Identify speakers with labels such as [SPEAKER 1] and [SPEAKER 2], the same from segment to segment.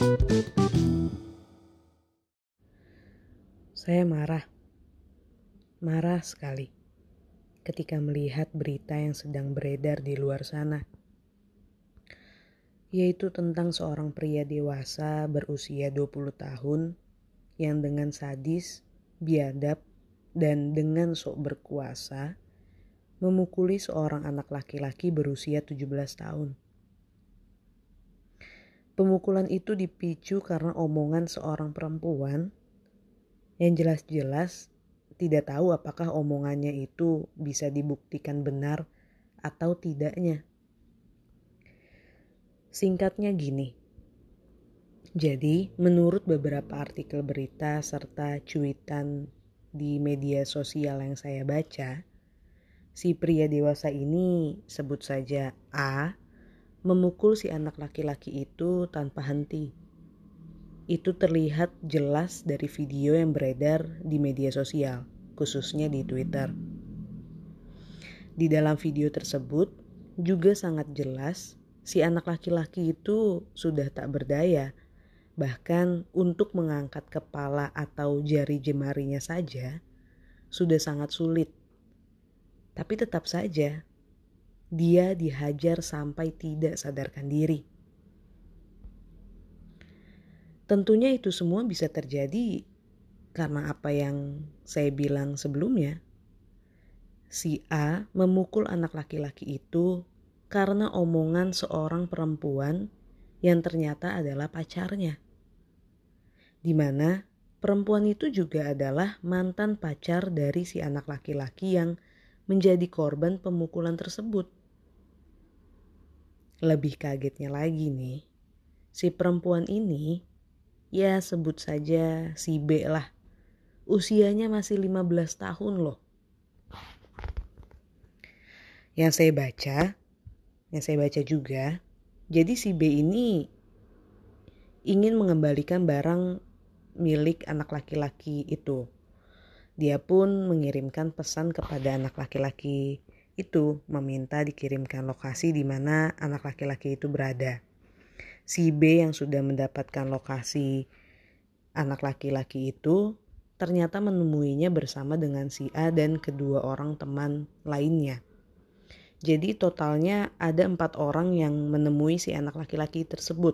[SPEAKER 1] Saya marah sekali ketika melihat berita yang sedang beredar di luar sana, yaitu tentang seorang pria dewasa berusia 20 tahun yang dengan sadis, biadab, dan dengan sok berkuasa memukuli seorang anak laki-laki berusia 17 tahun. Pemukulan itu dipicu karena omongan seorang perempuan yang jelas-jelas tidak tahu apakah omongannya itu bisa dibuktikan benar atau tidaknya. Singkatnya gini, jadi menurut beberapa artikel berita serta cuitan di media sosial yang saya baca, si pria dewasa ini, sebut saja A, memukul si anak laki-laki itu tanpa henti. Itu terlihat jelas dari video yang beredar di media sosial, khususnya di Twitter. Di dalam video tersebut juga sangat jelas si anak laki-laki itu sudah tak berdaya. Bahkan untuk mengangkat kepala atau jari jemarinya saja sudah sangat sulit. Tapi tetap saja dia dihajar sampai tidak sadarkan diri. Tentunya itu semua bisa terjadi karena apa yang saya bilang sebelumnya. Si A memukul anak laki-laki itu karena omongan seorang perempuan yang ternyata adalah pacarnya. Di mana perempuan itu juga adalah mantan pacar dari si anak laki-laki yang menjadi korban pemukulan tersebut. Lebih kagetnya lagi nih, si perempuan ini, ya sebut saja si B lah, usianya masih 15 tahun loh. Yang saya baca juga, jadi si B ini ingin mengembalikan barang milik anak laki-laki itu. Dia pun mengirimkan pesan kepada anak laki-laki itu, meminta dikirimkan lokasi di mana anak laki-laki itu berada. Si B yang sudah mendapatkan lokasi anak laki-laki itu ternyata menemuinya bersama dengan si A dan kedua orang teman lainnya. Jadi totalnya ada 4 orang yang menemui si anak laki-laki tersebut.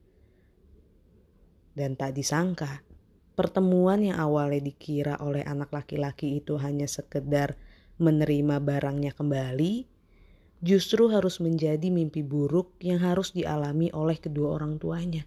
[SPEAKER 1] Dan tak disangka, pertemuan yang awalnya dikira oleh anak laki-laki itu hanya sekedar menerima barangnya kembali, justru harus menjadi mimpi buruk yang harus dialami oleh kedua orang tuanya.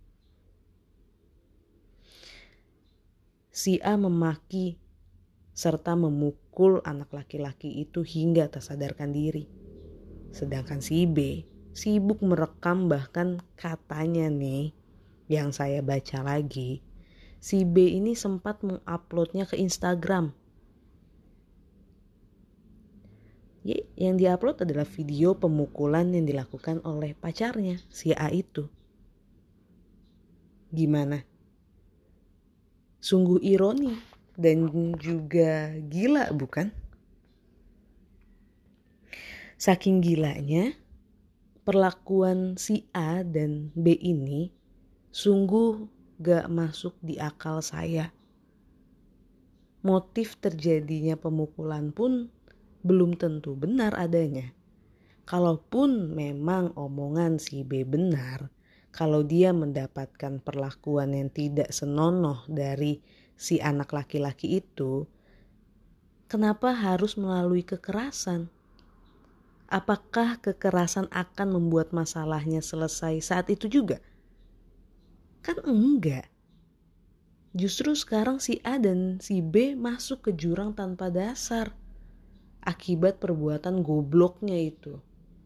[SPEAKER 1] Si A memaki serta memukul anak laki-laki itu hingga tak sadarkan diri. Sedangkan si B sibuk merekam, bahkan katanya nih yang saya baca lagi, si B ini sempat menguploadnya ke Instagram. Yang diupload adalah video pemukulan yang dilakukan oleh pacarnya, si A itu. Gimana? Sungguh ironi dan juga gila, bukan? Saking gilanya, perlakuan si A dan B ini sungguh gak masuk di akal saya. Motif terjadinya pemukulan pun belum tentu benar adanya. Kalaupun memang omongan si B benar, kalau dia mendapatkan perlakuan yang tidak senonoh dari si anak laki-laki itu, kenapa harus melalui kekerasan? Apakah kekerasan akan membuat masalahnya selesai saat itu juga? Kan enggak. Justru sekarang si A dan si B masuk ke jurang tanpa dasar akibat perbuatan gobloknya itu.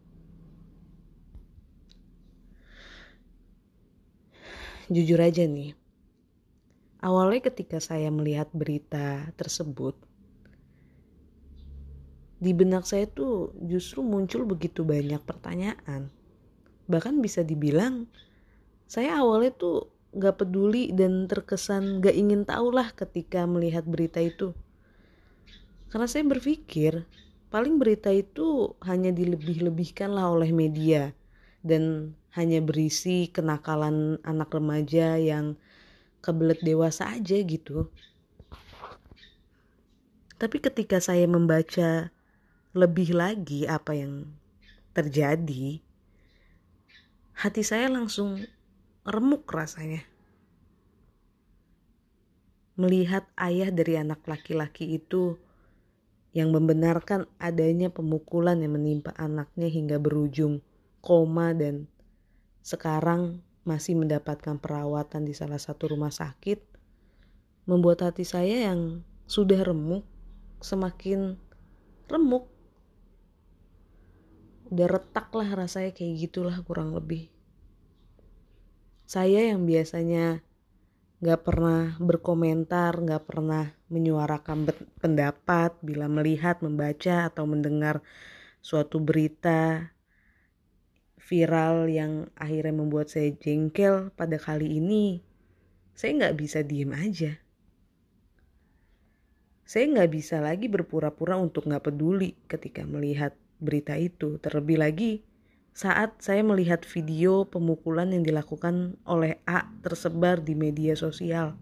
[SPEAKER 1] Jujur aja nih, awalnya ketika saya melihat berita tersebut, di benak saya tuh justru muncul begitu banyak pertanyaan. Bahkan bisa dibilang saya awalnya tuh gak peduli dan terkesan gak ingin tahu lah ketika melihat berita itu. Karena saya berpikir paling berita itu hanya dilebih-lebihkan lah oleh media dan hanya berisi kenakalan anak remaja yang kebelet dewasa aja gitu. Tapi ketika saya membaca lebih lagi apa yang terjadi, hati saya langsung remuk rasanya. Melihat ayah dari anak laki-laki itu yang membenarkan adanya pemukulan yang menimpa anaknya hingga berujung koma dan sekarang masih mendapatkan perawatan di salah satu rumah sakit, membuat hati saya yang sudah remuk semakin remuk. Udah retak lah rasanya, kayak gitulah kurang lebih. Saya yang biasanya gak pernah berkomentar, gak pernah menyuarakan pendapat bila melihat, membaca, atau mendengar suatu berita viral yang akhirnya membuat saya jengkel, pada kali ini saya gak bisa diem aja. Saya gak bisa lagi berpura-pura untuk gak peduli ketika melihat berita itu. Terlebih lagi saat saya melihat video pemukulan yang dilakukan oleh A tersebar di media sosial.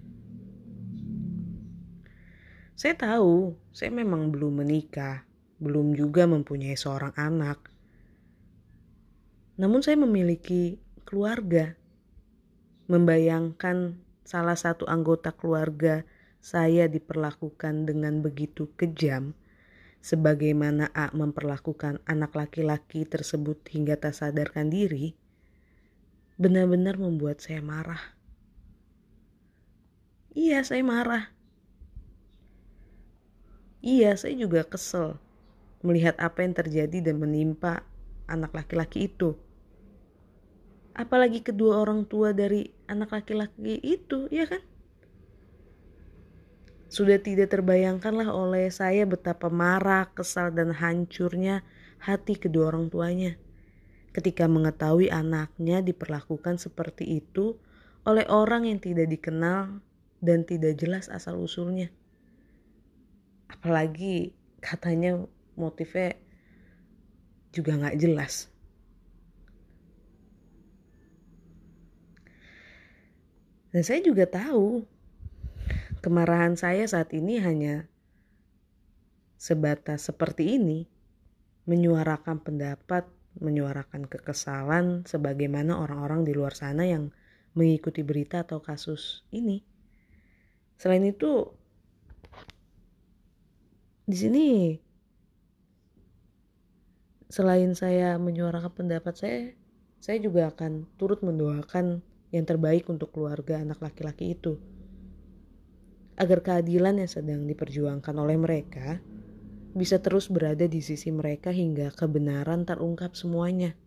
[SPEAKER 1] Saya tahu, saya memang belum menikah, belum juga mempunyai seorang anak. Namun saya memiliki keluarga. Membayangkan salah satu anggota keluarga saya diperlakukan dengan begitu kejam, sebagaimana A memperlakukan anak laki-laki tersebut hingga tak sadarkan diri, benar-benar membuat saya marah. Iya, saya marah. Iya, saya juga kesel melihat apa yang terjadi dan menimpa anak laki-laki itu. Apalagi kedua orang tua dari anak laki-laki itu, ya kan? Sudah tidak terbayangkanlah oleh saya betapa marah, kesal, dan hancurnya hati kedua orang tuanya ketika mengetahui anaknya diperlakukan seperti itu oleh orang yang tidak dikenal dan tidak jelas asal-usulnya. Apalagi katanya motifnya juga gak jelas. Dan saya juga tahu kemarahan saya saat ini hanya sebatas seperti ini, menyuarakan pendapat, menyuarakan kekesalan sebagaimana orang-orang di luar sana yang mengikuti berita atau kasus ini. Selain itu, di sini selain saya menyuarakan pendapat saya juga akan turut mendoakan yang terbaik untuk keluarga anak laki-laki itu. Agar keadilan yang sedang diperjuangkan oleh mereka bisa terus berada di sisi mereka hingga kebenaran terungkap semuanya.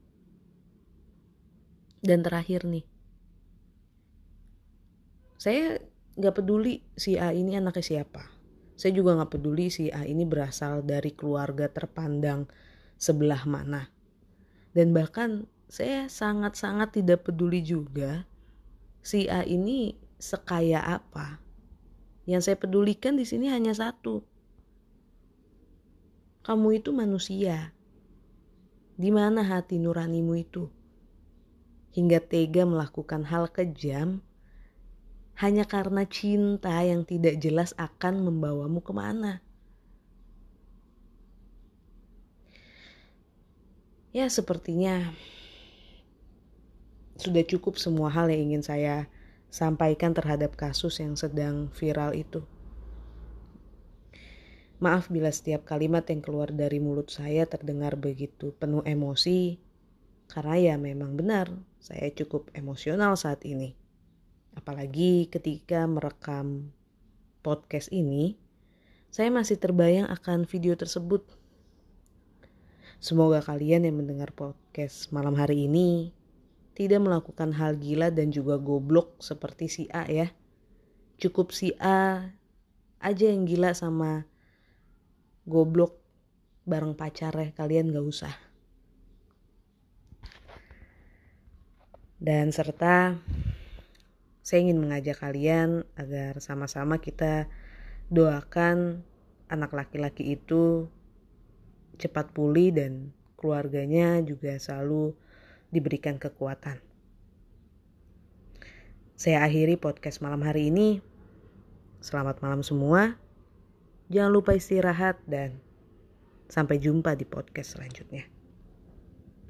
[SPEAKER 1] Dan terakhir nih, saya gak peduli si A ini anaknya siapa. Saya juga gak peduli si A ini berasal dari keluarga terpandang sebelah mana. Dan bahkan saya sangat-sangat tidak peduli juga si A ini sekaya apa. Yang saya pedulikan di sini hanya satu. Kamu itu manusia. Di mana hati nuranimu itu? Hingga tega melakukan hal kejam hanya karena cinta yang tidak jelas akan membawamu kemana. Ya, sepertinya sudah cukup semua hal yang ingin saya sampaikan terhadap kasus yang sedang viral itu. Maaf bila setiap kalimat yang keluar dari mulut saya terdengar begitu penuh emosi, karena ya memang benar saya cukup emosional saat ini. Apalagi ketika merekam podcast ini, saya masih terbayang akan video tersebut. Semoga kalian yang mendengar podcast malam hari ini tidak melakukan hal gila dan juga goblok seperti si A ya. Cukup si A aja yang gila sama goblok bareng pacarnya, kalian gak usah. Dan serta saya ingin mengajak kalian agar sama-sama kita doakan anak laki-laki itu cepat pulih dan keluarganya juga selalu diberikan kekuatan. Saya akhiri podcast malam hari ini. Selamat malam semua. Jangan lupa istirahat dan sampai jumpa di podcast selanjutnya.